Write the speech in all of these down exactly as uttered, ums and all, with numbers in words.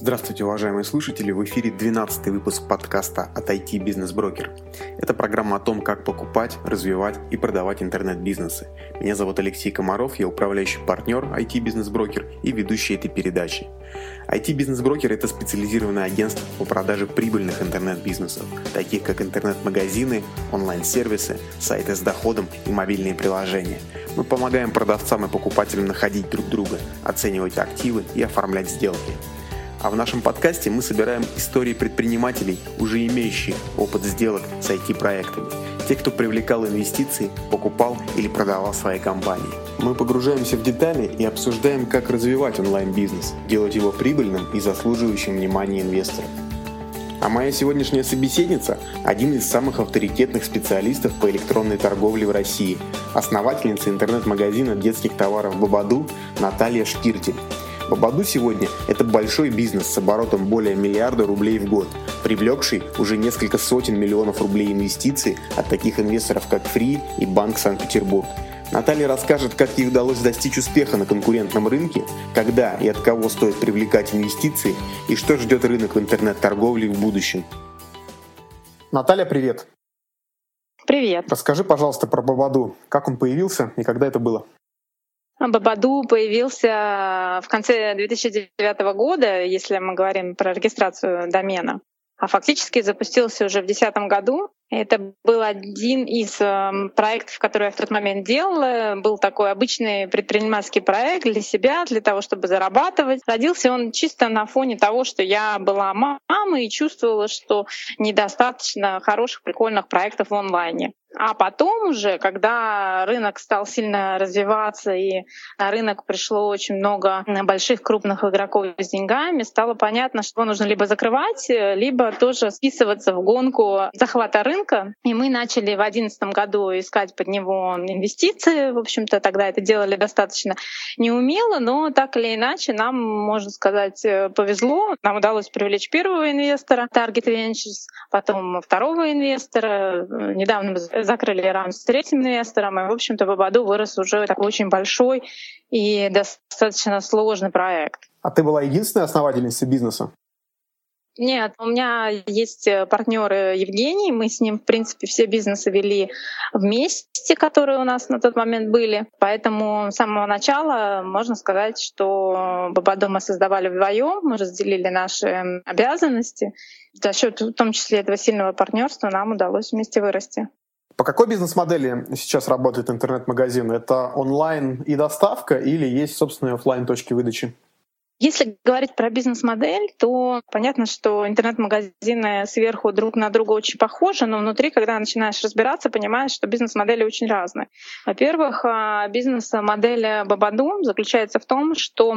Здравствуйте, уважаемые слушатели! В эфире двенадцатый выпуск подкаста от ай ти Business Broker. Это программа о том, как покупать, развивать и продавать интернет-бизнесы. Меня зовут Алексей Комаров, я управляющий партнер ай ти Business Broker и ведущий этой передачи. ай ти Business Broker – это специализированное агентство по продаже прибыльных интернет-бизнесов, таких как интернет-магазины, онлайн-сервисы, сайты с доходом и мобильные приложения. Мы помогаем продавцам и покупателям находить друг друга, оценивать активы и оформлять сделки. А в нашем подкасте мы собираем истории предпринимателей, уже имеющих опыт сделок с ай ти-проектами. Те, кто привлекал инвестиции, покупал или продавал свои компании. Мы погружаемся в детали и обсуждаем, как развивать онлайн-бизнес, делать его прибыльным и заслуживающим внимания инвесторов. А моя сегодняшняя собеседница – один из самых авторитетных специалистов по электронной торговле в России, основательница интернет-магазина детских товаров «Бабаду» Наталья Штиртель. Бабаду сегодня – это большой бизнес с оборотом более миллиарда рублей в год, привлекший уже несколько сотен миллионов рублей инвестиций от таких инвесторов, как Фри и Банк Санкт-Петербург. Наталья расскажет, как ей удалось достичь успеха на конкурентном рынке, когда и от кого стоит привлекать инвестиции и что ждет рынок в интернет-торговле в будущем. Наталья, привет! Привет! Расскажи, пожалуйста, про Бабаду. Как он появился и когда это было? Бабаду появился в конце две тысячи девятого года, если мы говорим про регистрацию домена, а фактически запустился уже в две тысячи десятом году. Это был один из проектов, которые я в тот момент делала. Был такой обычный предпринимательский проект для себя, для того, чтобы зарабатывать. Родился он чисто на фоне того, что я была мамой и чувствовала, что недостаточно хороших, прикольных проектов в онлайне. А потом уже, когда рынок стал сильно развиваться и на рынок пришло очень много больших крупных игроков с деньгами, стало понятно, что нужно либо закрывать, либо тоже списываться в гонку захвата рынка. И мы начали в две тысячи одиннадцатом году искать под него инвестиции. В общем-то, тогда это делали достаточно неумело, но так или иначе нам, можно сказать, повезло. Нам удалось привлечь первого инвестора, Target Ventures, потом второго инвестора. Недавно мы закрыли раунд с третьим инвестором, и, в общем-то, Бабаду вырос уже такой очень большой и достаточно сложный проект. А ты была единственной основательницей бизнеса? Нет, у меня есть партнер Евгений, мы с ним, в принципе, все бизнесы вели вместе, которые у нас на тот момент были. Поэтому с самого начала можно сказать, что Бабаду мы создавали вдвоем, мы разделили наши обязанности. За счет, в том числе, этого сильного партнерства нам удалось вместе вырасти. По какой бизнес-модели сейчас работает интернет-магазин? Это онлайн и доставка или есть собственные офлайн точки выдачи? Если говорить про бизнес-модель, то понятно, что интернет-магазины сверху друг на друга очень похожи, но внутри, когда начинаешь разбираться, понимаешь, что бизнес-модели очень разные. Во-первых, бизнес-модель Бабаду заключается в том, что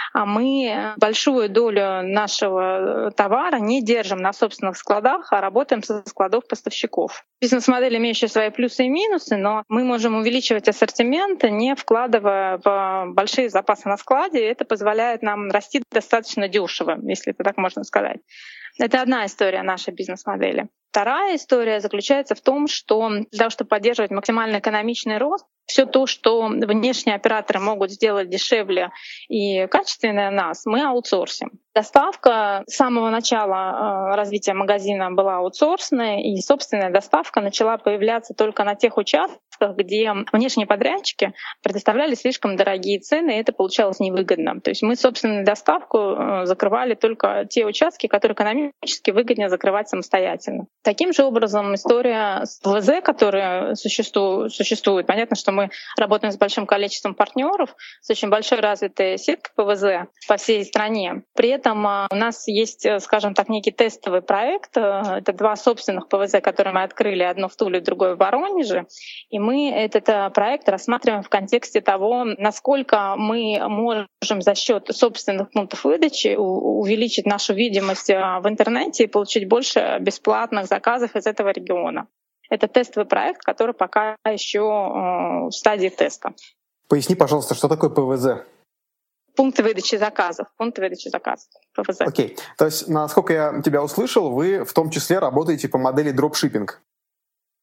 мы большую долю нашего товара не держим на собственных складах, а работаем со складов поставщиков. Бизнес-модель, имеющая свои плюсы и минусы, но мы можем увеличивать ассортимент, не вкладывая в большие запасы на складе. Это позволяет нам расти достаточно дешево, если это так можно сказать. Это одна история нашей бизнес-модели. Вторая история заключается в том, что для того, чтобы поддерживать максимально экономичный рост, все то, что внешние операторы могут сделать дешевле и качественнее нас, мы аутсорсим. Доставка с самого начала развития магазина была аутсорсная, и собственная доставка начала появляться только на тех участках, где внешние подрядчики предоставляли слишком дорогие цены, и это получалось невыгодно. То есть мы собственную доставку закрывали только те участки, которые экономически выгоднее закрывать самостоятельно. Таким же образом история с ПВЗ, которая существует, существует. Понятно, что мы работаем с большим количеством партнеров, с очень большой развитой сеткой ПВЗ по всей стране. При этом у нас есть, скажем так, некий тестовый проект. Это два собственных ПВЗ, которые мы открыли, одно в Туле, другое в Воронеже. И мы этот проект рассматриваем в контексте того, насколько мы можем за счет собственных пунктов выдачи увеличить нашу видимость в интернете и получить больше бесплатных заказов из этого региона. Это тестовый проект, который пока еще в стадии теста. Поясни, пожалуйста, что такое ПВЗ? Пункты выдачи заказов. Пункты выдачи заказов. ПВЗ. Окей. Okay. То есть, насколько я тебя услышал, вы в том числе работаете по модели дропшиппинг.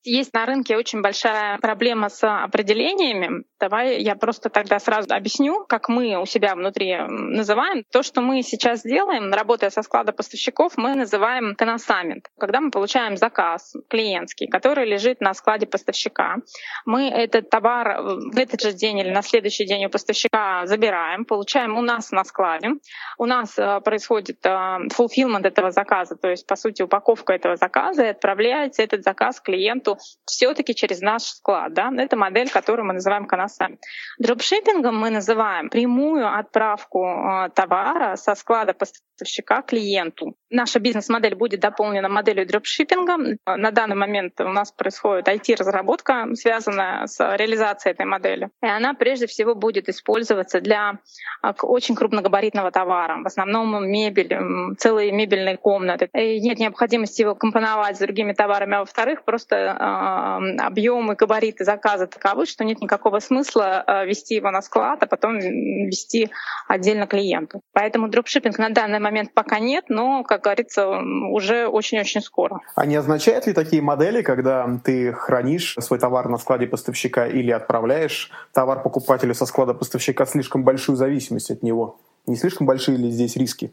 Есть на рынке очень большая проблема с определениями. Давай я просто тогда сразу объясню, как мы у себя внутри называем. То, что мы сейчас делаем, работая со склада поставщиков, мы называем коносамент. Когда мы получаем заказ клиентский, который лежит на складе поставщика, мы этот товар в этот же день или на следующий день у поставщика забираем, получаем у нас на складе. У нас происходит fulfillment этого заказа, то есть, по сути, упаковка этого заказа, и отправляется этот заказ клиенту все-таки через наш склад. Да? Это модель, которую мы называем коносамент. Дропшиппингом мы называем прямую отправку э, товара со склада поставщика клиенту. Наша бизнес-модель будет дополнена моделью дропшиппинга. На данный момент у нас происходит ай ти-разработка, связанная с реализацией этой модели. И она прежде всего будет использоваться для э, очень крупногабаритного товара. В основном мебель, целые мебельные комнаты. И нет необходимости его компоновать с другими товарами. А во-вторых, просто объемы, габариты заказа таковы, что нет никакого смысла вести его на склад, а потом вести отдельно клиенту. Поэтому дропшиппинг на данный момент пока нет, но, как говорится, уже очень-очень скоро. А не означают ли такие модели, когда ты хранишь свой товар на складе поставщика или отправляешь товар покупателю со склада поставщика, слишком большую зависимость от него? Не слишком большие ли здесь риски?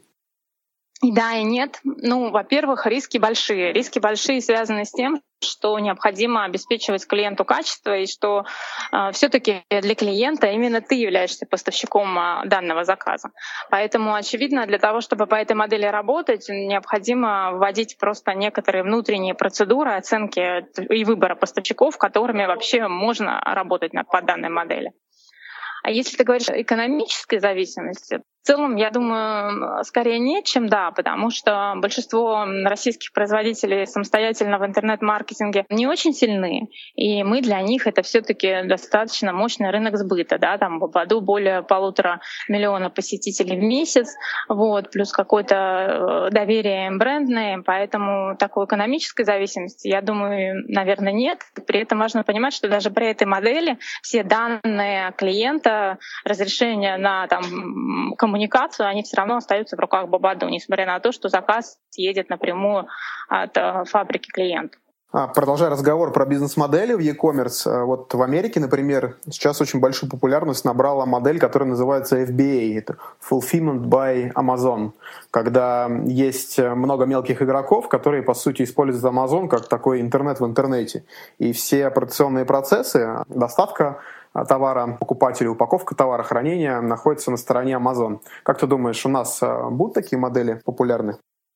И да, и нет. Ну, во-первых, риски большие. Риски большие связаны с тем, что необходимо обеспечивать клиенту качество, и что э, все-таки для клиента именно ты являешься поставщиком э, данного заказа. Поэтому, очевидно, для того, чтобы по этой модели работать, необходимо вводить просто некоторые внутренние процедуры оценки и выбора поставщиков, которыми вообще можно работать над, по данной модели. А если ты говоришь о экономической зависимости, в целом, я думаю, скорее нет, чем да, потому что большинство российских производителей самостоятельно в интернет-маркетинге не очень сильны, и мы для них это все-таки достаточно мощный рынок сбыта, да, там в году более полутора миллиона посетителей в месяц, вот, плюс какое-то доверие брендное, поэтому такой экономической зависимости, я думаю, наверное, нет. При этом важно понимать, что даже при этой модели все данные клиента, разрешения на там, коммуникацию, коммуникацию, они все равно остаются в руках Бабаду, несмотря на то, что заказ едет напрямую от фабрики клиенту. Продолжая разговор про бизнес-модели в e-commerce, вот в Америке, например, сейчас очень большую популярность набрала модель, которая называется эф би эй, это Fulfillment by Amazon, когда есть много мелких игроков, которые, по сути, используют Amazon как такой интернет в интернете. И все операционные процессы, доставка товара покупателю, упаковка товара, хранение находится на стороне Amazon. Как ты думаешь, у нас будут такие модели популярны?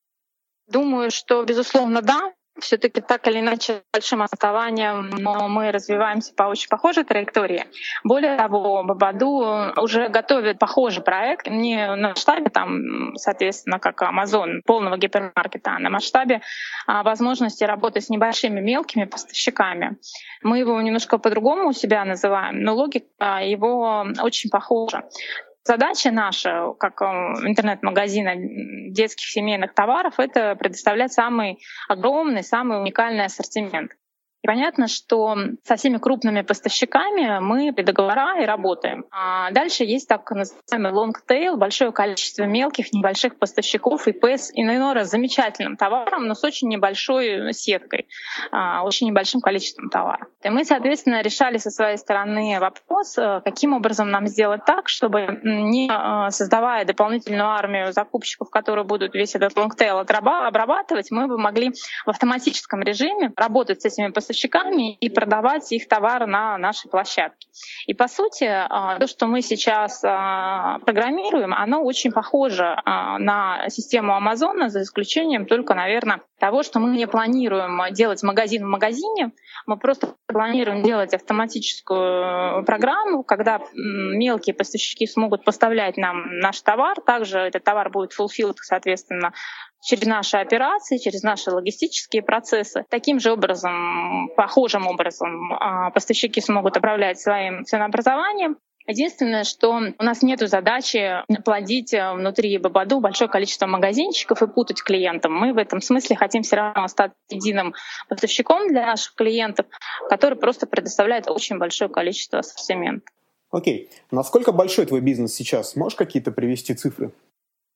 Думаю, что, безусловно, да. Все-таки так или иначе большим основанием, но мы развиваемся по очень похожей траектории. Более того, Бабаду уже готовит похожий проект не на масштабе, там, соответственно, как Amazon, полного гипермаркета, а на масштабе а, возможности работать с небольшими мелкими поставщиками. Мы его немножко по-другому у себя называем, но логика его очень похожа. Задача наша, как интернет-магазина детских семейных товаров, это предоставлять самый огромный, самый уникальный ассортимент. И понятно, что со всеми крупными поставщиками мы при договора и работаем. А дальше есть так называемый long tail, большое количество мелких, небольших поставщиков, и пи эс иной раз замечательным товаром, но с очень небольшой сеткой, очень небольшим количеством товара. И мы, соответственно, решали со своей стороны вопрос, каким образом нам сделать так, чтобы, не создавая дополнительную армию закупщиков, которые будут весь этот long tail обрабатывать, мы бы могли в автоматическом режиме работать с этими поставщиками и продавать их товары на нашей площадке. И по сути, то, что мы сейчас программируем, оно очень похоже на систему Амазона, за исключением только, наверное, того, что мы не планируем делать магазин в магазине, мы просто планируем делать автоматическую программу, когда мелкие поставщики смогут поставлять нам наш товар, также этот товар будет fulfilled, соответственно, через наши операции, через наши логистические процессы. Таким же образом, похожим образом поставщики смогут управлять своим ценообразованием. Единственное, что у нас нет задачи плодить внутри Бабаду большое количество магазинчиков и путать клиентам. Мы в этом смысле хотим все равно стать единым поставщиком для наших клиентов, который просто предоставляет очень большое количество ассортимента. Окей. Насколько большой твой бизнес сейчас? Можешь какие-то привести цифры?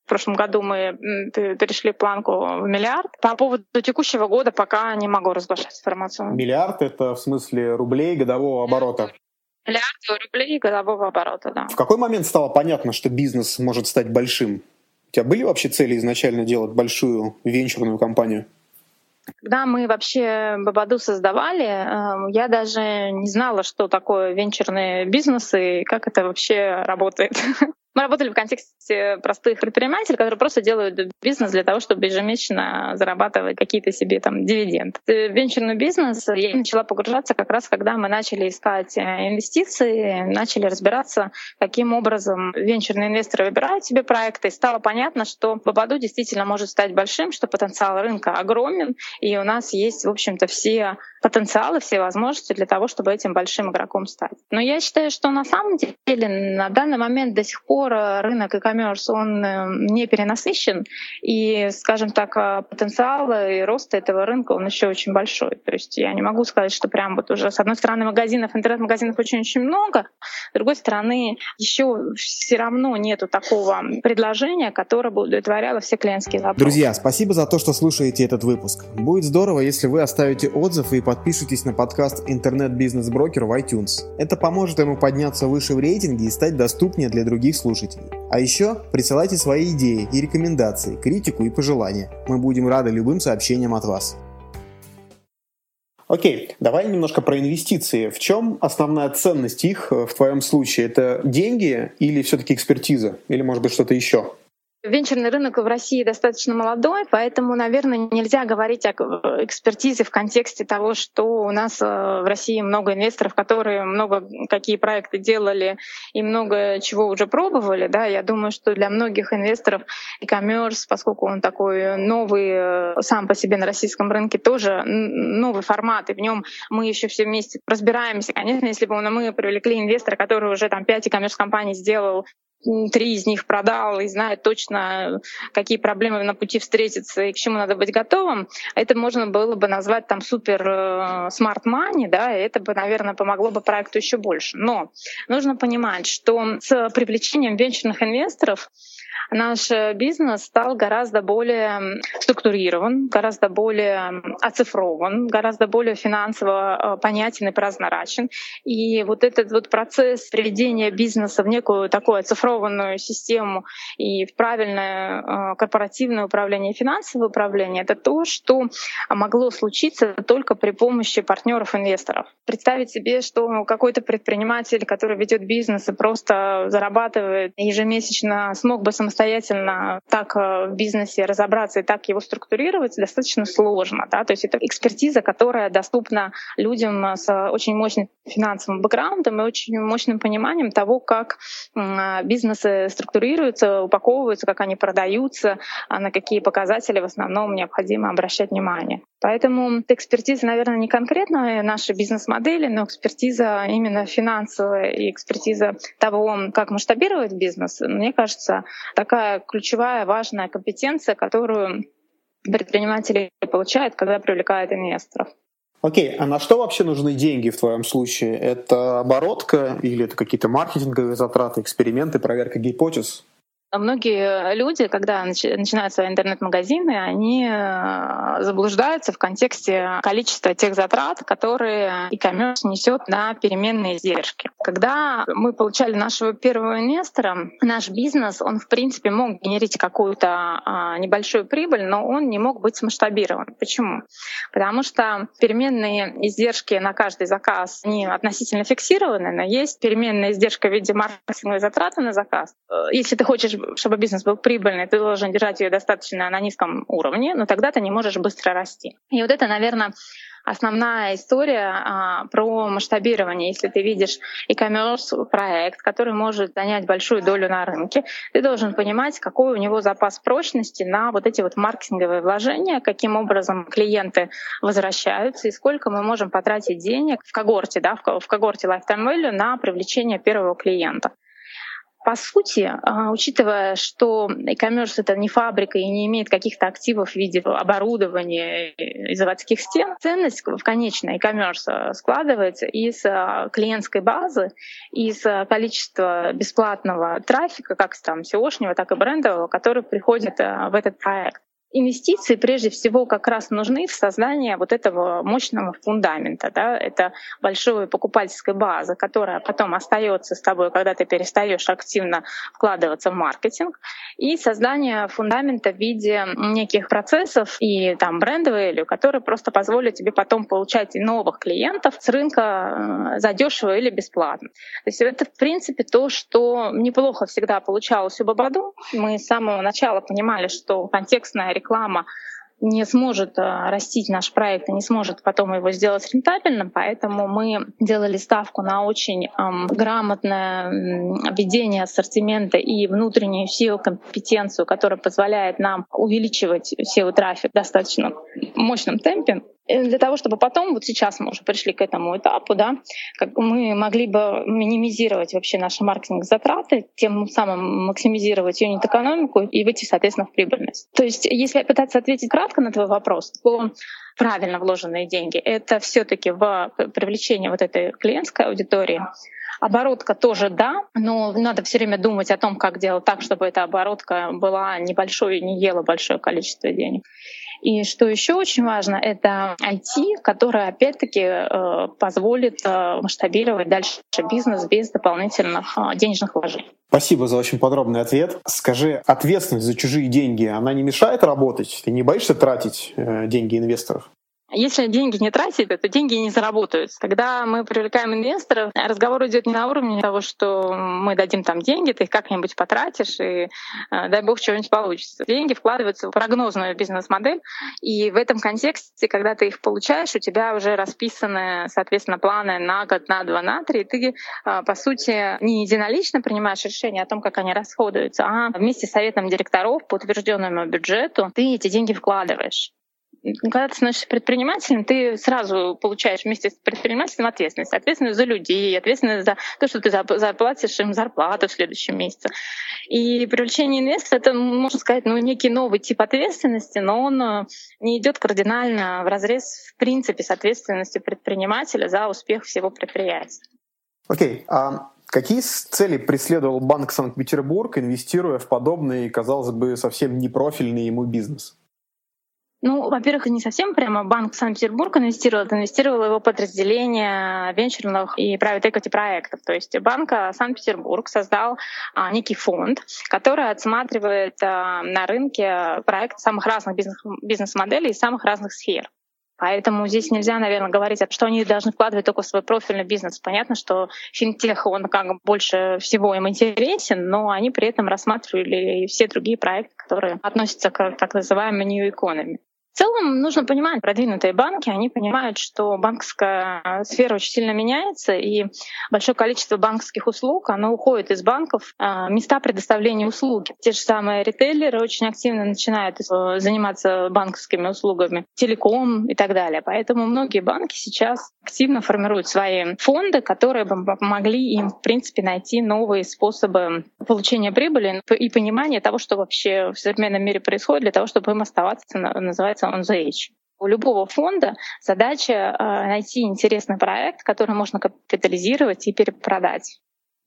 В прошлом году мы перешли планку в миллиард. По поводу текущего года пока не могу разглашать информацию. Миллиард — это в смысле рублей годового оборота? Миллиард рублей годового оборота, да. В какой момент стало понятно, что бизнес может стать большим? У тебя были вообще цели изначально делать большую венчурную компанию? Когда мы вообще Бабаду создавали, я даже не знала, что такое венчурные бизнесы и как это вообще работает. Мы работали в контексте простых предпринимателей, которые просто делают бизнес для того, чтобы ежемесячно зарабатывать какие-то себе там дивиденды. В венчурный бизнес я начала погружаться как раз, когда мы начали искать инвестиции, начали разбираться, каким образом венчурные инвесторы выбирают себе проекты. И стало понятно, что Бабаду действительно может стать большим, что потенциал рынка огромен, и у нас есть, в общем-то, все потенциалы, все возможности для того, чтобы этим большим игроком стать. Но я считаю, что на самом деле на данный момент до сих пор рынок e-commerce, он не перенасыщен, и, скажем так, потенциал и рост этого рынка, он еще очень большой. То есть я не могу сказать, что прям вот уже с одной стороны магазинов, интернет-магазинов очень-очень много, с другой стороны еще все равно нету такого предложения, которое бы удовлетворяло все клиентские запросы. Друзья, спасибо за то, что слушаете этот выпуск. Будет здорово, если вы оставите отзыв и подпишитесь на подкаст «Интернет-бизнес-брокер» в iTunes. Это поможет ему подняться выше в рейтинге и стать доступнее для других слушателей. А еще присылайте свои идеи и рекомендации, критику и пожелания. Мы будем рады любым сообщениям от вас. Окей, давай немножко про инвестиции. В чем основная ценность их в твоем случае? Это деньги или все-таки экспертиза? Или, может быть, что-то еще? Венчурный рынок в России достаточно молодой, поэтому, наверное, нельзя говорить о экспертизе в контексте того, что у нас в России много инвесторов, которые много какие проекты делали и много чего уже пробовали. Да, я думаю, что для многих инвесторов e-commerce, поскольку он такой новый сам по себе на российском рынке, тоже новый формат, и в нем мы еще все вместе разбираемся. Конечно, если бы мы привлекли инвестора, который уже там пять e-commerce компаний сделал, три из них продал и знает точно, какие проблемы на пути встретятся и к чему надо быть готовым, это можно было бы назвать там супер смарт мани, да, и это бы, наверное, помогло бы проекту еще больше. Но нужно понимать, что с привлечением венчурных инвесторов наш бизнес стал гораздо более структурирован, гораздо более оцифрован, гораздо более финансово понятен и прозрачен. И вот этот вот процесс приведения бизнеса в некую такую оцифрованную систему и в правильное корпоративное управление, финансовое управление — это то, что могло случиться только при помощи партнеров-инвесторов. Представить себе, что какой-то предприниматель, который ведет бизнес и просто зарабатывает ежемесячно, смог бы самостоятельно самостоятельно так в бизнесе разобраться и так его структурировать достаточно сложно. Да? То есть это экспертиза, которая доступна людям с очень мощным финансовым бэкграундом и очень мощным пониманием того, как бизнесы структурируются, упаковываются, как они продаются, на какие показатели в основном необходимо обращать внимание. Поэтому экспертиза, наверное, не конкретно нашей бизнес-модели, но экспертиза именно финансовая и экспертиза того, как масштабировать бизнес, мне кажется, такая ключевая, важная компетенция, которую предприниматели получают, когда привлекают инвесторов. Окей, а на что вообще нужны деньги в твоем случае? Это оборотка или это какие-то маркетинговые затраты, эксперименты, проверка гипотез? Многие люди, когда начинают свои интернет-магазины, они заблуждаются в контексте количества тех затрат, которые e-commerce несет на переменные издержки. Когда мы получали нашего первого инвестора, наш бизнес, он в принципе мог генерить какую-то небольшую прибыль, но он не мог быть масштабирован. Почему? Потому что переменные издержки на каждый заказ, они относительно фиксированы, но есть переменная издержка в виде маркетинговой затраты на заказ. Если ты хочешь, чтобы бизнес был прибыльный, ты должен держать ее достаточно на низком уровне, но тогда ты не можешь быстро расти. И вот это, наверное, основная история а, про масштабирование. Если ты видишь e-commerce проект, который может занять большую долю на рынке, ты должен понимать, какой у него запас прочности на вот эти вот маркетинговые вложения, каким образом клиенты возвращаются и сколько мы можем потратить денег в когорте, да, в когорте lifetime value на привлечение первого клиента. По сути, учитывая, что e-commerce — это не фабрика и не имеет каких-то активов в виде оборудования и заводских стен, ценность в конечной e-commerce складывается из клиентской базы, из количества бесплатного трафика, как там сеошнего, так и брендового, который приходит в этот проект. Инвестиции прежде всего как раз нужны в создание вот этого мощного фундамента. Да? Это большой покупательской базы, которая потом остается с тобой, когда ты перестаешь активно вкладываться в маркетинг, и создание фундамента в виде неких процессов и там брендовые, которые просто позволят тебе потом получать новых клиентов с рынка задешево или бесплатно. То есть это в принципе то, что неплохо всегда получалось у Бабаду. Мы с самого начала понимали, что контекстная реклама не сможет растить наш проект и не сможет потом его сделать рентабельным, поэтому мы делали ставку на очень эм, грамотное ведение ассортимента и внутреннюю сео-компетенцию, которая позволяет нам увеличивать сео-трафик в достаточно мощном темпе. Для того, чтобы потом, вот сейчас мы уже пришли к этому этапу, да, как мы могли бы минимизировать вообще наши маркетинг-затраты, тем самым максимизировать юнит-экономику и выйти, соответственно, в прибыльность. То есть, если пытаться ответить кратко на твой вопрос, то правильно вложенные деньги — это все-таки в привлечение вот этой клиентской аудитории. Оборотка тоже да, но надо все время думать о том, как делать так, чтобы эта оборотка была небольшой и не ела большое количество денег. И что еще очень важно, это ай ти, которое опять-таки позволит масштабировать дальше бизнес без дополнительных денежных вложений. Спасибо за очень подробный ответ. Скажи, ответственность за чужие деньги, она не мешает работать? Ты не боишься тратить деньги инвесторов? Если деньги не тратить, то деньги не заработаются. Когда мы привлекаем инвесторов, разговор идет не на уровне того, что мы дадим там деньги, ты их как-нибудь потратишь, и дай бог что-нибудь получится. Деньги вкладываются в прогнозную бизнес-модель, и в этом контексте, когда ты их получаешь, у тебя уже расписаны, соответственно, планы на год, на два, на три, и ты, по сути, не единолично принимаешь решение о том, как они расходуются, а вместе с советом директоров по утвержденному бюджету ты эти деньги вкладываешь. Когда ты становишься предпринимателем, ты сразу получаешь вместе с предпринимателем ответственность. Ответственность за людей, ответственность за то, что ты заплатишь им зарплату в следующем месяце. И привлечение инвестора — это, можно сказать, ну, некий новый тип ответственности, но он не идет кардинально вразрез, в принципе, с ответственностью предпринимателя за успех всего предприятия. Окей. Okay. Um... Какие цели преследовал Банк Санкт-Петербург, инвестируя в подобный, казалось бы, совсем непрофильный ему бизнес? Ну, во-первых, не совсем прямо Банк Санкт-Петербург инвестировал, это инвестировало его подразделение венчурных и private equity проектов. То есть Банк Санкт-Петербург создал а, некий фонд, который отсматривает а, на рынке проекты самых разных бизнес- бизнес-моделей из самых разных сфер. Поэтому здесь нельзя, наверное, говорить, что они должны вкладывать только в свой профильный бизнес. Понятно, что финтех, он как бы больше всего им интересен, но они при этом рассматривали и все другие проекты, которые относятся к так называемой new economy. В целом нужно понимать, продвинутые банки, они понимают, что банковская сфера очень сильно меняется, и большое количество банковских услуг, оно уходит из банков, места предоставления услуги. Те же самые ритейлеры очень активно начинают заниматься банковскими услугами, телеком и так далее. Поэтому многие банки сейчас активно формируют свои фонды, которые бы помогли им, в принципе, найти новые способы получения прибыли и понимания того, что вообще в современном мире происходит, для того, чтобы им оставаться, называется, on the edge. У любого фонда задача найти интересный проект, который можно капитализировать и перепродать.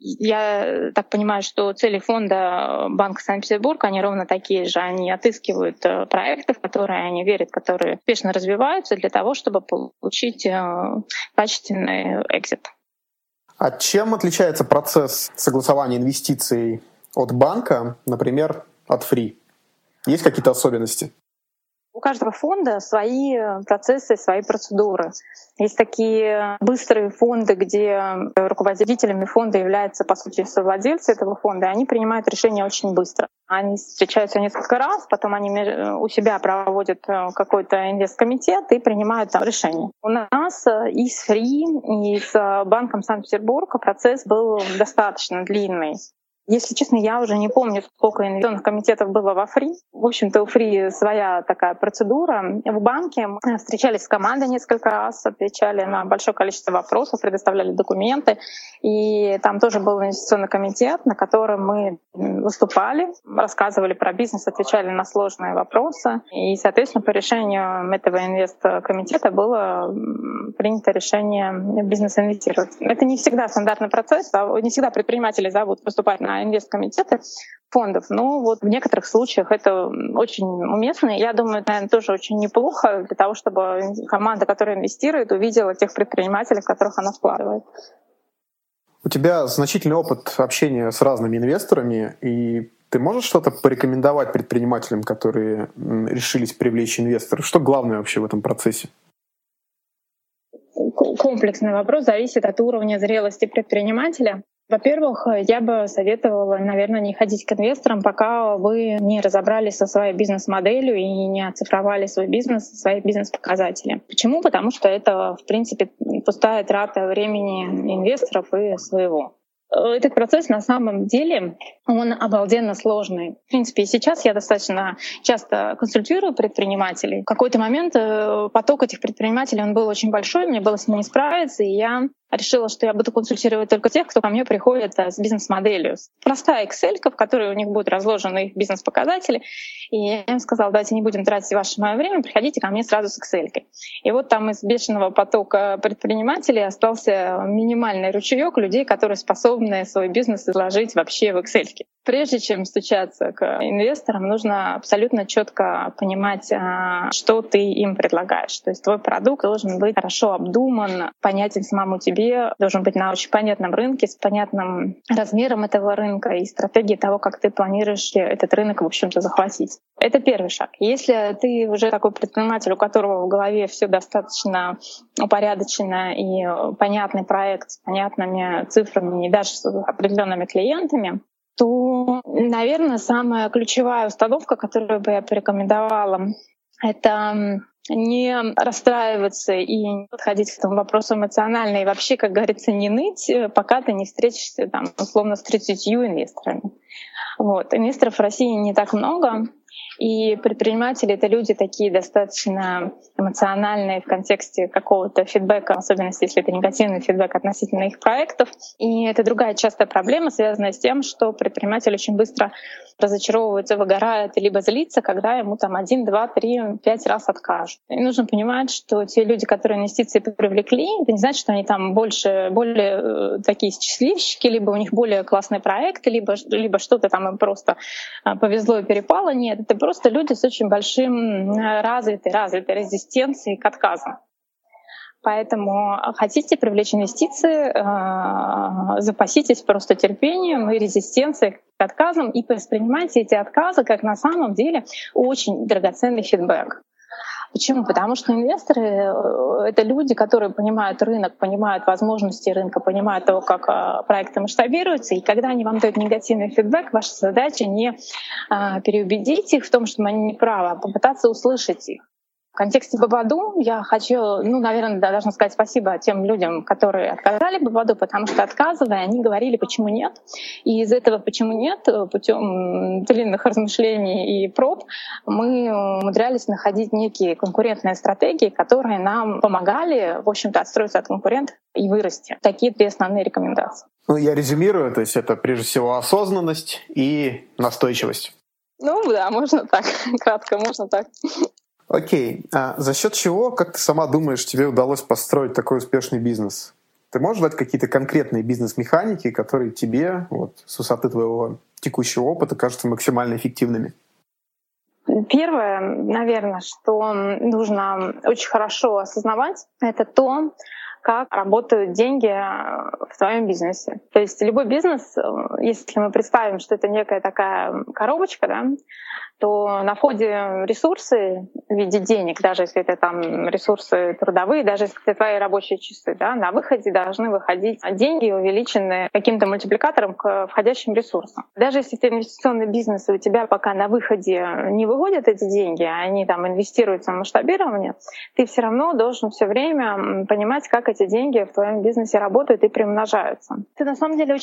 Я так понимаю, что цели фонда Банка Санкт-Петербург, они ровно такие же. Они отыскивают проекты, в которые они верят, которые успешно развиваются, для того, чтобы получить качественный экзит. А чем отличается процесс согласования инвестиций от банка, например, от Free? Есть какие-то особенности? У каждого фонда свои процессы, свои процедуры. Есть такие быстрые фонды, где руководителями фонда являются, по сути, совладельцы этого фонда, и они принимают решения очень быстро. Они встречаются несколько раз, потом они у себя проводят какой-то инвесткомитет и принимают там решение. У нас и с Free, и с Банком Санкт-Петербурга процесс был достаточно длинный. Если честно, я уже не помню, сколько инвестиционных комитетов было во ФРИ. В общем-то, у ФРИ своя такая процедура. В банке мы встречались с командой несколько раз, отвечали на большое количество вопросов, предоставляли документы. И там тоже был инвестиционный комитет, на котором мы выступали, рассказывали про бизнес, отвечали на сложные вопросы. И, соответственно, по решению этого инвесткомитета было принято решение бизнеса инвестировать. Это не всегда стандартный процесс, не всегда предприниматели зовут выступать на инвесткомитеты фондов, но вот в некоторых случаях это очень уместно. Я думаю, это, наверное, тоже очень неплохо для того, чтобы команда, которая инвестирует, увидела тех предпринимателей, в которых она вкладывает. У тебя значительный опыт общения с разными инвесторами, и ты можешь что-то порекомендовать предпринимателям, которые решились привлечь инвесторов? Что главное вообще в этом процессе? Комплексный вопрос, зависит от уровня зрелости предпринимателя. Во-первых, я бы советовала, наверное, не ходить к инвесторам, пока вы не разобрались со своей бизнес-моделью и не оцифровали свой бизнес, свои бизнес-показатели. Почему? Потому что это, в принципе, пустая трата времени инвесторов и своего. Этот процесс на самом деле, он обалденно сложный. В принципе, и сейчас я достаточно часто консультирую предпринимателей. В какой-то момент поток этих предпринимателей, он был очень большой, мне было с ними справиться, и я решила, что я буду консультировать только тех, кто ко мне приходит с бизнес-моделью. Простая Excel, в которой у них будут разложены их бизнес-показатели. И я им сказала, давайте не будем тратить ваше мое время, приходите ко мне сразу с Excel. И вот там из бешеного потока предпринимателей остался минимальный ручеёк людей, которые способны свой бизнес изложить вообще в Excel. Прежде чем стучаться к инвесторам, нужно абсолютно четко понимать, что ты им предлагаешь. То есть твой продукт должен быть хорошо обдуман, понятен самому тебе, должен быть на очень понятном рынке, с понятным размером этого рынка и стратегией того, как ты планируешь этот рынок, в общем-то, захватить. Это первый шаг. Если ты уже такой предприниматель, у которого в голове все достаточно упорядочено и понятный проект с понятными цифрами и даже с определенными клиентами, то, наверное, самая ключевая установка, которую бы я порекомендовала, это не расстраиваться и не подходить к этому вопросу эмоционально и вообще, как говорится, не ныть, пока ты не встретишься там, условно с тридцатью инвесторами. Вот. Инвесторов в России не так много, и предприниматели — это люди такие достаточно эмоциональные в контексте какого-то фидбэка, особенно если это негативный фидбэк относительно их проектов. И это другая частая проблема, связанная с тем, что предприниматель очень быстро разочаровывается, выгорает, либо злится, когда ему там один, два, три, пять раз откажут. И нужно понимать, что те люди, которые инвестиции привлекли, это не значит, что они там больше, более э, такие счастливчики, либо у них более классные проекты, либо, либо что-то там им просто э, повезло и перепало. Нет, это просто люди с очень большим развитой, развитой резистенцией к отказам. Поэтому хотите привлечь инвестиции, запаситесь просто терпением и резистенцией к отказам и воспринимайте эти отказы как на самом деле очень драгоценный фидбэк. Почему? Потому что инвесторы — это люди, которые понимают рынок, понимают возможности рынка, понимают того, как проекты масштабируются. И когда они вам дают негативный фидбэк, ваша задача не переубедить их в том, что они не правы, а попытаться услышать их. В контексте Бабаду я хочу, ну, наверное, да, должна сказать спасибо тем людям, которые отказали Бабаду, потому что, отказывая, они говорили, почему нет. И из этого «почему нет» путем длинных размышлений и проб мы умудрялись находить некие конкурентные стратегии, которые нам помогали, в общем-то, отстроиться от конкурентов и вырасти. Такие две основные рекомендации. Ну, я резюмирую, то есть это прежде всего осознанность и настойчивость. Ну да, можно так, кратко, можно так. Окей. А за счет чего, как ты сама думаешь, тебе удалось построить такой успешный бизнес? Ты можешь дать какие-то конкретные бизнес-механики, которые тебе, вот, с высоты твоего текущего опыта, кажутся максимально эффективными? Первое, наверное, что нужно очень хорошо осознавать, это то, как работают деньги в твоем бизнесе. То есть любой бизнес, если мы представим, что это некая такая коробочка, да, то на входе ресурсы в виде денег, даже если это там ресурсы трудовые, даже если это твои рабочие часы, да, на выходе должны выходить деньги, увеличенные каким-то мультипликатором к входящим ресурсам. Даже если это инвестиционный бизнес, и у тебя пока на выходе не выходят эти деньги, а они там инвестируются в масштабирование, ты все равно должен все время понимать, как эти деньги в твоем бизнесе работают и приумножаются. Это на самом деле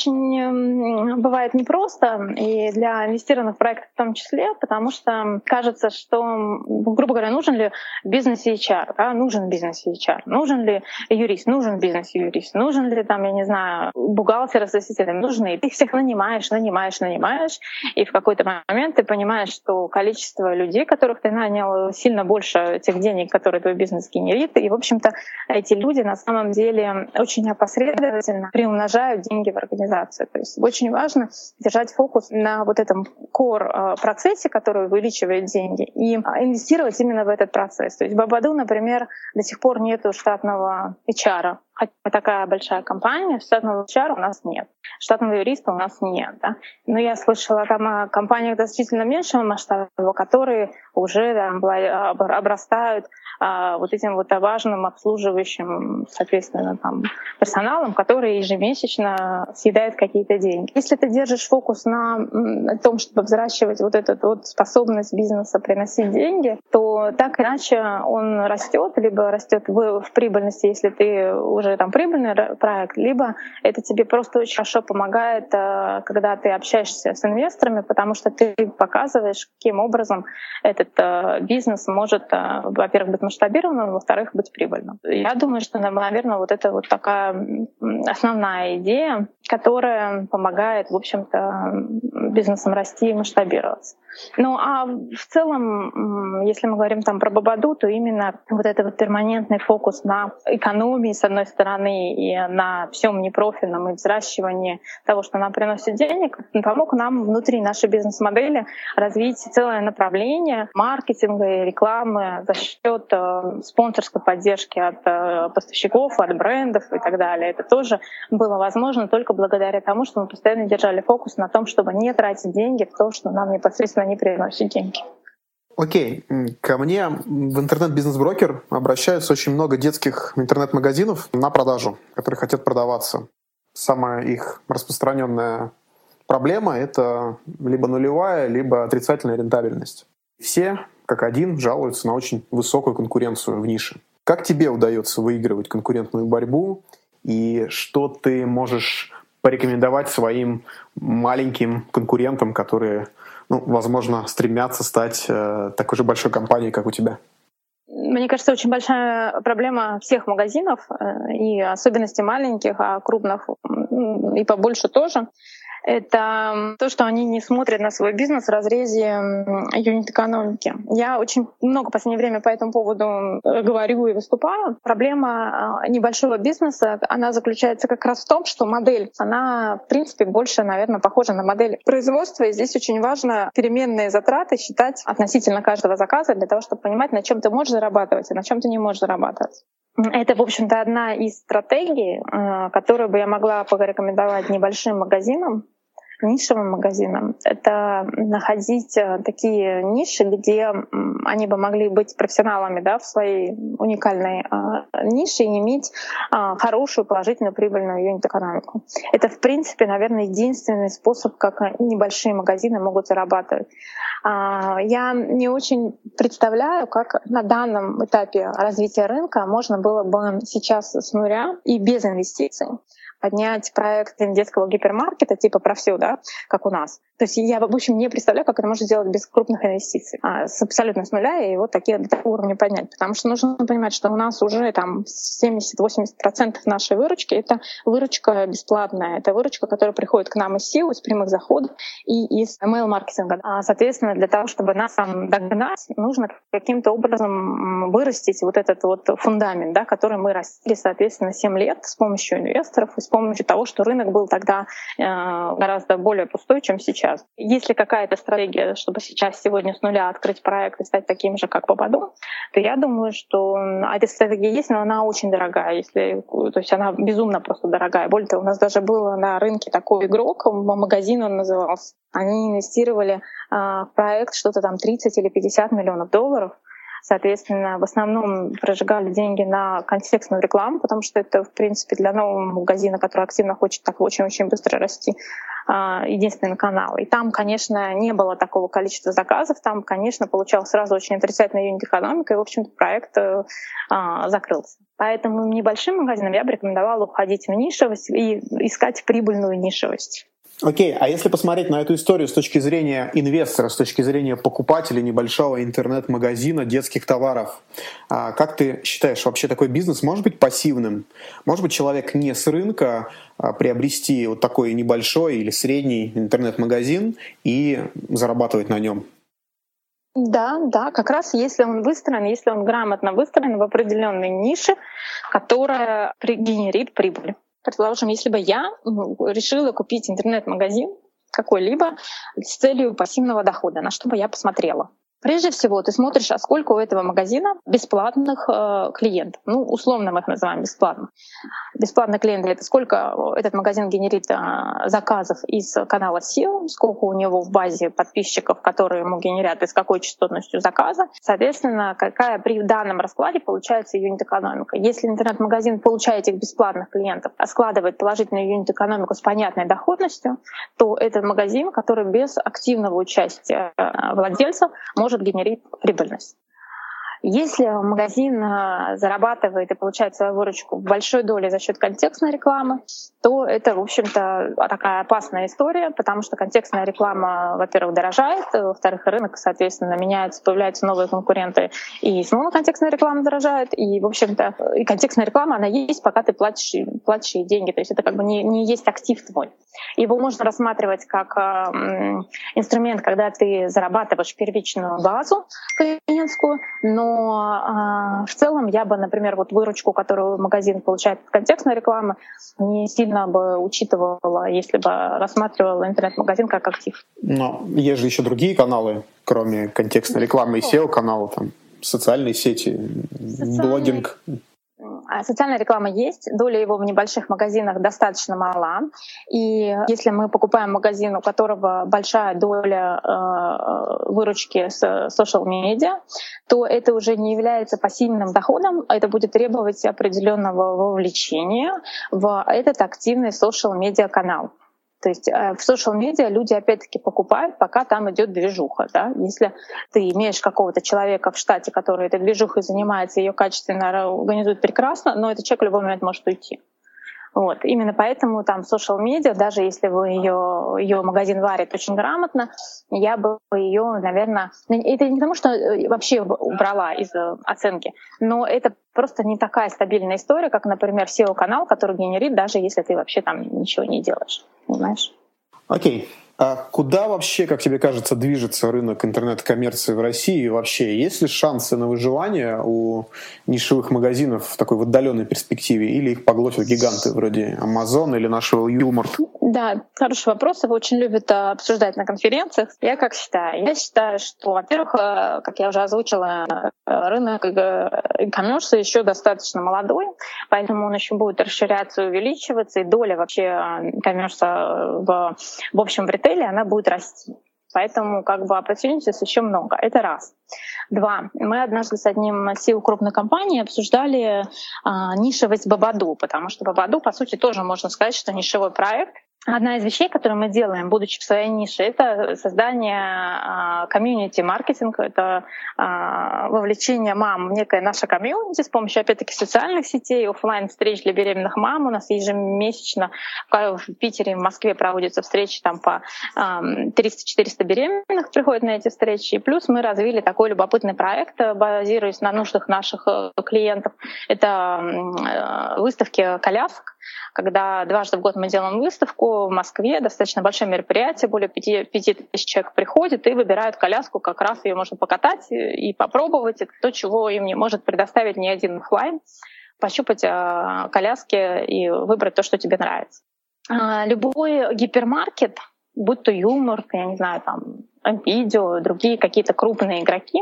очень бывает непросто, и для инвестированных проектов в том числе, потому что кажется, что, грубо говоря, нужен ли в бизнесе эйч ар, да? Нужен в бизнесе эйч ар, нужен ли юрист, нужен в бизнесе юрист, нужен ли там, я не знаю, бухгалтер, ассистент, нужны. И ты их всех нанимаешь, нанимаешь, нанимаешь, и в какой-то момент ты понимаешь, что количество людей, которых ты нанял, сильно больше тех денег, которые твой бизнес генерит, и, в общем-то, эти люди на самом деле очень опосредованно приумножают деньги в организацию. То есть очень важно держать фокус на вот этом core-процессе, который увеличивает деньги, и инвестировать именно в этот процесс. То есть в Бабаду, например, до сих пор нету штатного эйч ар. Хотя такая большая компания, штатного эйч ар у нас нет, штатного юриста у нас нет. Да? Но я слышала там о компаниях значительно меньшего масштаба, которые уже там, обрастают а, вот этим вот важным обслуживающим, соответственно, там, персоналом, который ежемесячно съедает какие-то деньги. Если ты держишь фокус на том, чтобы взращивать вот эту вот способность бизнеса приносить деньги, то так иначе он растет, либо растет в, в прибыльности, если ты уже там прибыльный проект, либо это тебе просто очень хорошо помогает, когда ты общаешься с инвесторами, потому что ты показываешь, каким образом этот бизнес может, во-первых, быть масштабированным, во-вторых, быть прибыльным. Я думаю, что, наверное, вот это вот такая основная идея, которая помогает, в общем-то, бизнесам расти и масштабироваться. Ну а в целом, если мы говорим там про Бабаду, то именно вот этот вот перманентный фокус на экономии, с одной стороны, и на всем непрофильном и взращивании того, что нам приносит денег, помог нам внутри нашей бизнес-модели развить целое направление маркетинга и рекламы за счет э, спонсорской поддержки от э, поставщиков, от брендов и так далее. Это тоже было возможно только благодаря тому, что мы постоянно держали фокус на том, чтобы не тратить деньги в то, что нам непосредственно не приносит деньги. Окей. Ко мне в интернет-бизнес-брокер обращаются очень много детских интернет-магазинов на продажу, которые хотят продаваться. Самая их распространенная проблема — это либо нулевая, либо отрицательная рентабельность. Все, как один, жалуются на очень высокую конкуренцию в нише. Как тебе удается выигрывать конкурентную борьбу, и что ты можешь порекомендовать своим маленьким конкурентам, которые, ну, возможно, стремятся стать э, такой же большой компанией, как у тебя? Мне кажется, очень большая проблема всех магазинов, и особенности маленьких, а крупных и побольше тоже. Это то, что они не смотрят на свой бизнес в разрезе юнит-экономики. Я очень много в последнее время по этому поводу говорю и выступаю. Проблема небольшого бизнеса, она заключается как раз в том, что модель, она, в принципе, больше, наверное, похожа на модель производства. И здесь очень важно переменные затраты считать относительно каждого заказа для того, чтобы понимать, на чем ты можешь зарабатывать, а на чем ты не можешь зарабатывать. Это, в общем-то, одна из стратегий, которую бы я могла порекомендовать небольшим магазинам, нишевым магазинам. Это находить такие ниши, где они бы могли быть профессионалами, да, в своей уникальной э, нише и иметь э, хорошую, положительную, прибыльную юнит-экономику. Это, в принципе, наверное, единственный способ, как небольшие магазины могут зарабатывать. Э, я не очень представляю, как на данном этапе развития рынка можно было бы сейчас с нуля и без инвестиций поднять проект детского гипермаркета, типа про все, да, как у нас. То есть я, в общем, не представляю, как это можно сделать без крупных инвестиций, а с абсолютно с нуля и вот такие до такого уровня поднять. Потому что нужно понимать, что у нас уже там семьдесят-восемьдесят процентов нашей выручки — это выручка бесплатная, это выручка, которая приходит к нам из сео, из прямых заходов и из email-маркетинга. А, соответственно, для того, чтобы нас там догнать, нужно каким-то образом вырастить вот этот вот фундамент, да, который мы растили, соответственно, семь лет с помощью инвесторов и с помощью того, что рынок был тогда э, гораздо более пустой, чем сейчас. сейчас. Есть ли какая-то стратегия, чтобы сейчас, сегодня с нуля открыть проект и стать таким же, как Бабаду, то я думаю, что эта стратегия есть, но она очень дорогая. Если, то есть она безумно просто дорогая. Более того, у нас даже был на рынке такой игрок, магазин он назывался. Они инвестировали в проект что-то там тридцать или пятьдесят миллионов долларов. Соответственно, в основном прожигали деньги на контекстную рекламу, потому что это, в принципе, для нового магазина, который активно хочет так очень-очень быстро расти, единственный канал. И там, конечно, не было такого количества заказов, там, конечно, получалась сразу очень отрицательная юнит-экономика, и, в общем-то, проект закрылся. Поэтому небольшим магазинам я бы рекомендовала уходить в нишевость и искать прибыльную нишевость. Окей, а если посмотреть на эту историю с точки зрения инвестора, с точки зрения покупателя небольшого интернет-магазина детских товаров, как ты считаешь, вообще такой бизнес может быть пассивным? Может быть, человек не с рынка приобрести вот такой небольшой или средний интернет-магазин и зарабатывать на нем? Да, да, как раз если он выстроен, если он грамотно выстроен в определенной нише, которая генерит прибыль. Предположим, если бы я решила купить интернет-магазин какой-либо с целью пассивного дохода, на что бы я посмотрела? Прежде всего, ты смотришь, а сколько у этого магазина бесплатных э, клиентов. Ну, условно мы их называем бесплатным. Бесплатные клиенты — это сколько этот магазин генерит э, заказов из канала сео, сколько у него в базе подписчиков, которые ему генерят, и с какой частотностью заказа. Соответственно, какая при данном раскладе получается юнит-экономика. Если интернет-магазин, получая этих бесплатных клиентов, а складывает положительную юнит-экономику с понятной доходностью, то это магазин, который без активного участия э, владельца может генерить прибыльность. Если магазин зарабатывает и получает свою выручку в большой доле за счет контекстной рекламы, то это, в общем-то, такая опасная история, потому что контекстная реклама, во-первых, дорожает, во-вторых, рынок, соответственно, меняется, появляются новые конкуренты, и снова контекстная реклама дорожает, и, в общем-то, и контекстная реклама, она есть, пока ты платишь, платишь ей деньги, то есть это как бы не, не есть актив твой. Его можно рассматривать как э, инструмент, когда ты зарабатываешь первичную базу клиентскую, но Но э, в целом я бы, например, вот выручку, которую магазин получает от контекстной рекламы, не сильно бы учитывала, если бы рассматривала интернет-магазин как актив. Но есть же еще другие каналы, кроме контекстной рекламы и сео-канала, там социальные сети, Социальные... блогинг. Социальная реклама есть, доля его в небольших магазинах достаточно мала. И если мы покупаем магазин, у которого большая доля э, выручки с social media, то это уже не является пассивным доходом, а это будет требовать определенного вовлечения в этот активный social media канал. То есть в социал-медиа люди опять-таки покупают, пока там идет движуха. Да? Если ты имеешь какого-то человека в штате, который этой движухой занимается, ее качественно организует прекрасно, но этот человек в любой момент может уйти. Вот. Именно поэтому там социал-медиа, даже если вы ее, ее магазин варит очень грамотно, я бы ее, наверное... Это не потому, что вообще убрала из оценки, но это просто не такая стабильная история, как, например, сео-канал, который генерит, даже если ты вообще там ничего не делаешь. Понимаешь? Окей. А куда вообще, как тебе кажется, движется рынок интернет-коммерции в России? И вообще, есть ли шансы на выживание у нишевых магазинов в такой в отдаленной перспективе? Или их поглотят гиганты вроде Amazon или нашего Walmart? Да, хороший вопрос. Его очень любят обсуждать на конференциях. Я как считаю? Я считаю, что, во-первых, как я уже озвучила, рынок e-commerce еще достаточно молодой, поэтому он еще будет расширяться и увеличиваться, и доля вообще e-commerce в, в общем в ритейле, она будет расти. Поэтому как бы opportunities еще много. Это раз. Два. Мы однажды с одним си и о крупной компании обсуждали а, нишевость Бабаду, потому что Бабаду, по сути, тоже можно сказать, что нишевой проект. Одна из вещей, которые мы делаем, будучи в своей нише, это создание комьюнити-маркетинга, это а, вовлечение мам в некое наше комьюнити с помощью, опять-таки, социальных сетей, офлайн-встреч для беременных мам. У нас ежемесячно в Питере, в Москве проводятся встречи, там по а, триста-четыреста беременных приходят на эти встречи. И плюс мы развили такой любопытный проект, базируясь на нуждах наших клиентов. Это выставки колясок, когда дважды в год мы делаем выставку в Москве, достаточно большое мероприятие, более пяти тысяч человек приходит и выбирают коляску, как раз ее можно покатать и попробовать. Это то, чего им не может предоставить ни один офлайн. Пощупать коляски и выбрать то, что тебе нравится. Любой гипермаркет, будь то юмор, я не знаю, там, видео, другие какие-то крупные игроки,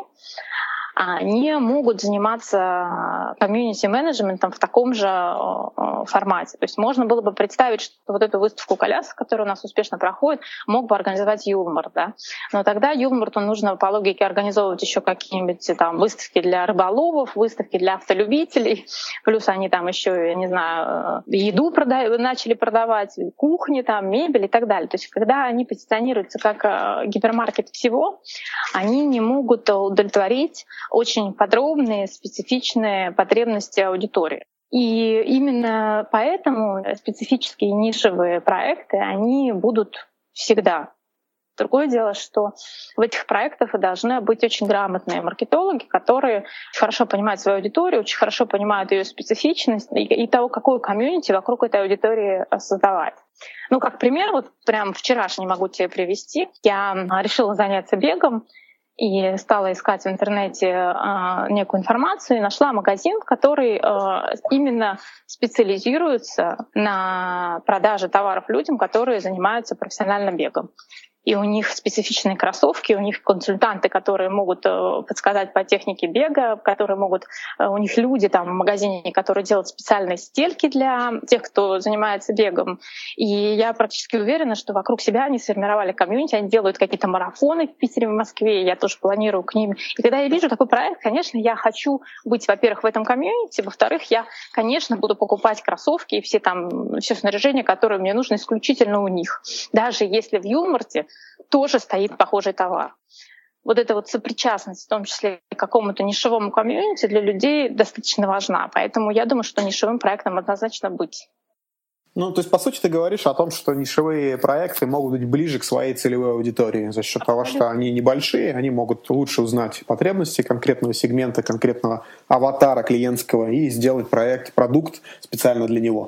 они могут заниматься комьюнити-менеджментом в таком же формате. То есть можно было бы представить, что вот эту выставку колясок, которая у нас успешно проходит, мог бы организовать Юлмар, да. Но тогда Юлмарту нужно по логике организовывать еще какие-нибудь там выставки для рыболовов, выставки для автолюбителей, плюс они там еще, я не знаю, еду прода- начали продавать, кухни, там, мебель и так далее. То есть когда они позиционируются как гипермаркет всего, они не могут удовлетворить очень подробные, специфичные потребности аудитории. И именно поэтому специфические нишевые проекты, они будут всегда. Другое дело, что в этих проектах должны быть очень грамотные маркетологи, которые хорошо понимают свою аудиторию, очень хорошо понимают ее специфичность и, и того, какую комьюнити вокруг этой аудитории создавать. Ну, как пример, вот прям вчерашний могу тебе привести. Я решила заняться бегом, и стала искать в интернете э, некую информацию и нашла магазин, который э, именно специализируется на продаже товаров людям, которые занимаются профессионально бегом. И у них специфичные кроссовки, у них консультанты, которые могут подсказать по технике бега, которые могут, у них люди там в магазине, которые делают специальные стельки для тех, кто занимается бегом. И я практически уверена, что вокруг себя они сформировали комьюнити, они делают какие-то марафоны в Питере, в Москве, я тоже планирую к ним. И когда я вижу такой проект, конечно, я хочу быть, во-первых, в этом комьюнити, во-вторых, я, конечно, буду покупать кроссовки и все там, все снаряжение, которое мне нужно исключительно у них. Даже если в Юлмарте тоже стоит похожий товар. Вот эта вот сопричастность, в том числе к какому-то нишевому комьюнити, для людей достаточно важна. Поэтому я думаю, что нишевым проектом однозначно быть. Ну, то есть, по сути, ты говоришь о том, что нишевые проекты могут быть ближе к своей целевой аудитории за счет того, что они небольшие, они могут лучше узнать потребности конкретного сегмента, конкретного аватара клиентского и сделать проект, продукт специально для него.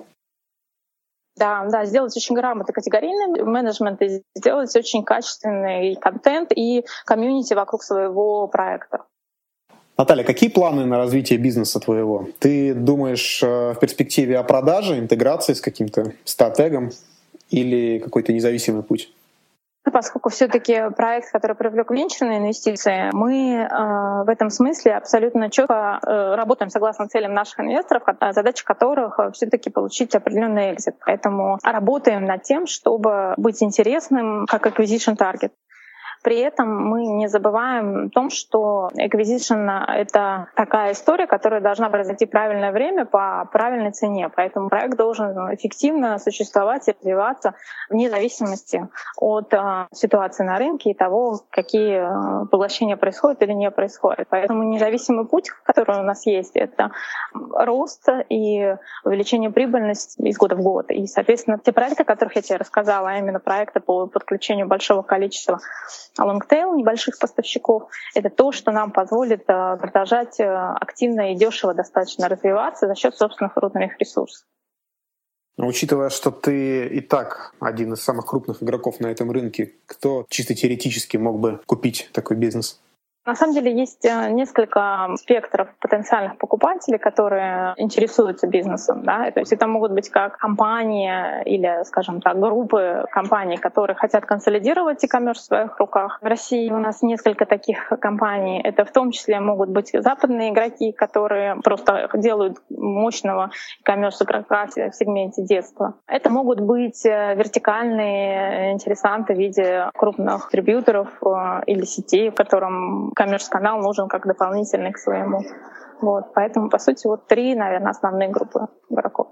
Да, да, сделать очень грамотный категорийный менеджмент и сделать очень качественный контент и комьюнити вокруг своего проекта. Наталья, какие планы на развитие бизнеса твоего? Ты думаешь в перспективе о продаже, интеграции с каким-то стратегом или какой-то независимый путь? Поскольку все-таки проект, который привлек венчурные инвестиции, мы э, в этом смысле абсолютно четко э, работаем согласно целям наших инвесторов, задача которых все-таки получить определенный экзит. Поэтому работаем над тем, чтобы быть интересным как acquisition target. При этом мы не забываем о том, что acquisition — это такая история, которая должна произойти в правильное время по правильной цене. Поэтому проект должен эффективно существовать и развиваться вне зависимости от э, ситуации на рынке и того, какие э, поглощения происходят или не происходят. Поэтому независимый путь, который у нас есть, это рост и увеличение прибыльности из года в год. И, соответственно, те проекты, о которых я тебе рассказала, а именно проекты по подключению большого количества лонгтейл, небольших поставщиков, это то, что нам позволит э, продолжать э, активно и дешево достаточно развиваться за счет собственных внутренних ресурсов. Учитывая, что ты и так один из самых крупных игроков на этом рынке, кто чисто теоретически мог бы купить такой бизнес? На самом деле есть несколько спектров потенциальных покупателей, которые интересуются бизнесом. Да? То есть это могут быть как компании или, скажем так, группы компаний, которые хотят консолидировать e-commerce в своих руках. В России у нас несколько таких компаний. Это в том числе могут быть западные игроки, которые просто делают мощного e-commerce игрока в сегменте детства. Это могут быть вертикальные интересанты в виде крупных дистрибьюторов или сетей, которым коммерс-канал нужен как дополнительный к своему. Вот. Поэтому, по сути, вот три, наверное, основные группы игроков.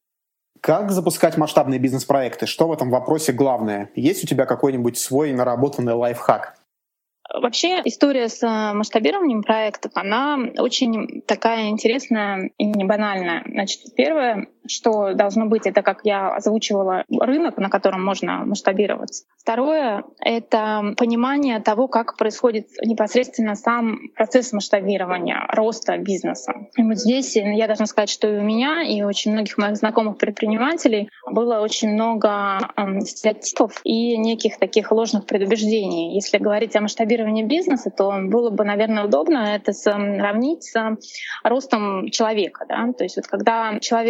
Как запускать масштабные бизнес-проекты? Что в этом вопросе главное? Есть у тебя какой-нибудь свой наработанный лайфхак? Вообще история с масштабированием проектов, она очень такая интересная и не банальная. Значит, первое, что должно быть, это, как я озвучивала, рынок, на котором можно масштабироваться. Второе — это понимание того, как происходит непосредственно сам процесс масштабирования, роста бизнеса. И вот здесь я должна сказать, что и у меня, и у очень многих моих знакомых предпринимателей было очень много э, стереотипов и неких таких ложных предубеждений. Если говорить о масштабировании бизнеса, то было бы, наверное, удобно это сравнить с ростом человека. Да? То есть вот когда человек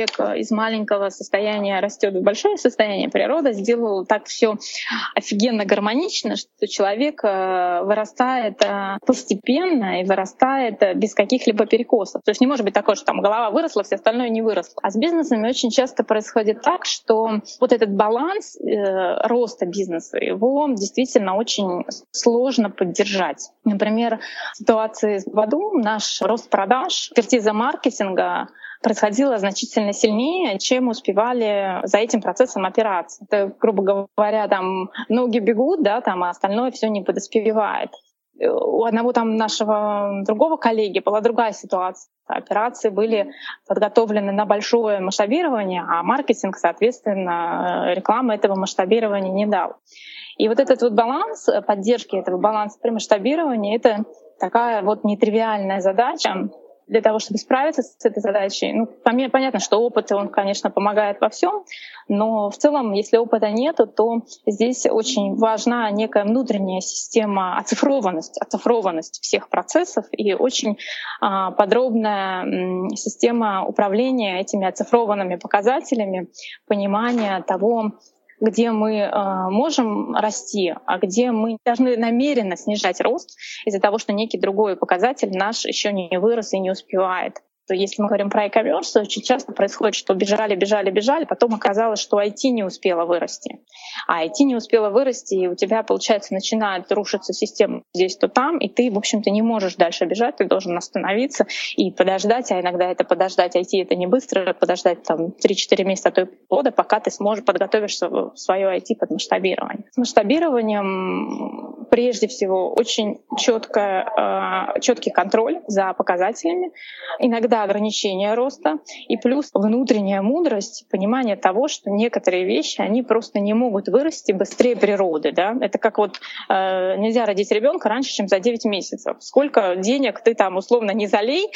из маленького состояния растет в большое состояние. Природа сделала так все офигенно гармонично, что человек вырастает постепенно и вырастает без каких-либо перекосов. То есть не может быть такое, что там голова выросла, все остальное не выросло. А с бизнесами очень часто происходит так, что вот этот баланс э, роста бизнеса, его действительно очень сложно поддержать. Например, в ситуации в году наш рост продаж, экспертиза маркетинга происходило значительно сильнее, чем успевали за этим процессом опираться. Это, грубо говоря, там ноги бегут, да, там, а остальное все не подоспевает. У одного там нашего другого коллеги была другая ситуация. Операции были подготовлены на большое масштабирование, а маркетинг, соответственно, реклама этого масштабирования не дал. И вот этот вот баланс, поддержки этого баланса при масштабировании — это такая вот нетривиальная задача. Для того, чтобы справиться с этой задачей, ну, понятно, что опыт, он, конечно, помогает во всем, но в целом, если опыта нет, то здесь очень важна некая внутренняя система оцифрованность, оцифрованность всех процессов и очень а, подробная м, система управления этими оцифрованными показателями, понимания того, где мы э, можем расти, а где мы должны намеренно снижать рост из-за того, что некий другой показатель наш еще не вырос и не успевает. То если мы говорим про e-commerce, очень часто происходит, что бежали, бежали, бежали, потом оказалось, что ай ти не успела вырасти. А ай ти не успела вырасти, и у тебя, получается, начинает рушиться система здесь, то там, и ты, в общем-то, не можешь дальше бежать, ты должен остановиться и подождать, а иногда это подождать ай ти это не быстро, подождать там три-четыре месяца, а то и полгода, пока ты сможешь подготовишь свое ай ти под масштабирование. С масштабированием прежде всего очень четко, четкий контроль за показателями, иногда ограничение роста, и плюс внутренняя мудрость, понимание того, что некоторые вещи, они просто не могут вырасти быстрее природы. Да? Это как вот э, нельзя родить ребенка раньше, чем за девять месяцев. Сколько денег ты там условно не залей,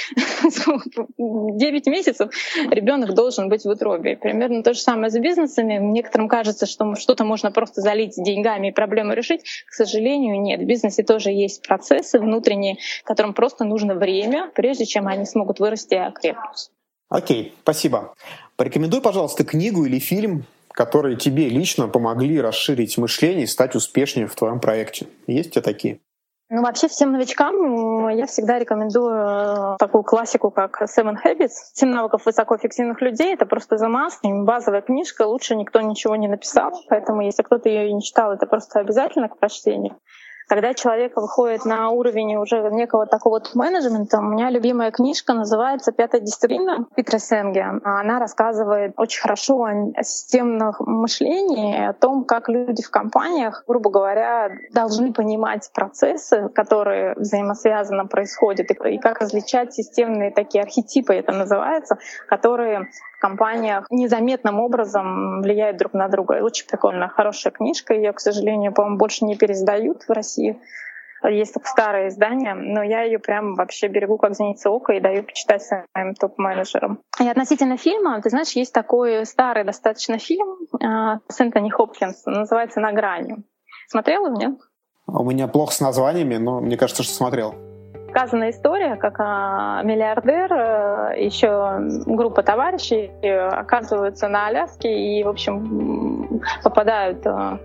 девять месяцев ребенок должен быть в утробе. Примерно то же самое с бизнесами. Некоторым кажется, что что-то можно просто залить деньгами и проблему решить. К сожалению, нет. В бизнесе тоже есть процессы внутренние, которым просто нужно время, прежде чем они смогут вырасти. Окей, спасибо. Порекомендуй, пожалуйста, книгу или фильм, которые тебе лично помогли расширить мышление и стать успешнее в твоем проекте. Есть у тебя такие? Ну, вообще всем новичкам я всегда рекомендую такую классику, как Seven Habits. «Семь навыков высокоэффективных людей». Это просто the must, базовая книжка, лучше никто ничего не написал. Поэтому если кто-то ее и не читал, это просто обязательно к прочтению. Когда человек выходит на уровень уже некого такого вот менеджмента, у меня любимая книжка называется «Пятая дисциплина» Питера Сенге. Она рассказывает очень хорошо о системном мышлении, о том, как люди в компаниях, грубо говоря, должны понимать процессы, которые взаимосвязанно происходят, и как различать системные такие архетипы, это называется, которые в компаниях незаметным образом влияют друг на друга. И очень прикольная, хорошая книжка. Ее, к сожалению, по-моему, больше не переиздают в России. Есть только старые издания, но я ее прям вообще берегу как зеницу ока и даю почитать своим топ-менеджерам. И относительно фильма, ты знаешь, есть такой старый достаточно фильм э, с Энтони Хопкинсом, называется «На грани». Смотрел его, нет? У меня плохо с названиями, но мне кажется, что смотрел. Сказанная история, как миллиардер, еще группа товарищей оказываются на Аляске и, в общем, попадают,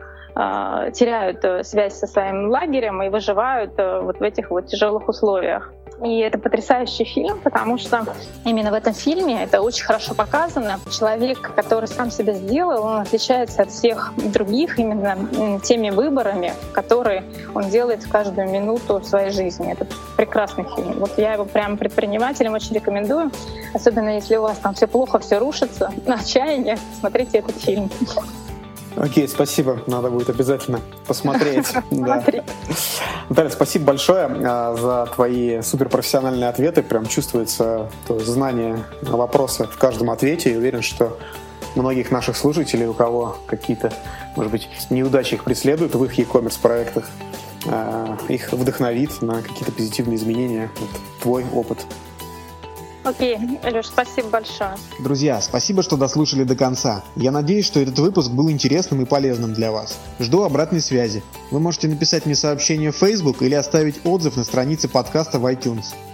теряют связь со своим лагерем и выживают вот в этих вот тяжелых условиях. И это потрясающий фильм, потому что именно в этом фильме это очень хорошо показано. Человек, который сам себя сделал, он отличается от всех других именно теми выборами, которые он делает в каждую минуту своей жизни. Это прекрасный фильм. Вот я его прям предпринимателям очень рекомендую, особенно если у вас там все плохо, все рушится, на отчаяние, смотрите этот фильм. Окей, спасибо. Надо будет обязательно посмотреть. Наталья, спасибо большое за твои суперпрофессиональные ответы. Прям чувствуется знание вопроса в каждом ответе. И уверен, что многих наших слушателей, у кого какие-то, может быть, неудачи их преследуют в их e-commerce проектах, их вдохновит на какие-то позитивные изменения. Вот твой опыт. Окей, Илюш, спасибо большое. Друзья, спасибо, что дослушали до конца. Я надеюсь, что этот выпуск был интересным и полезным для вас. Жду обратной связи. Вы можете написать мне сообщение в Facebook или оставить отзыв на странице подкаста в iTunes.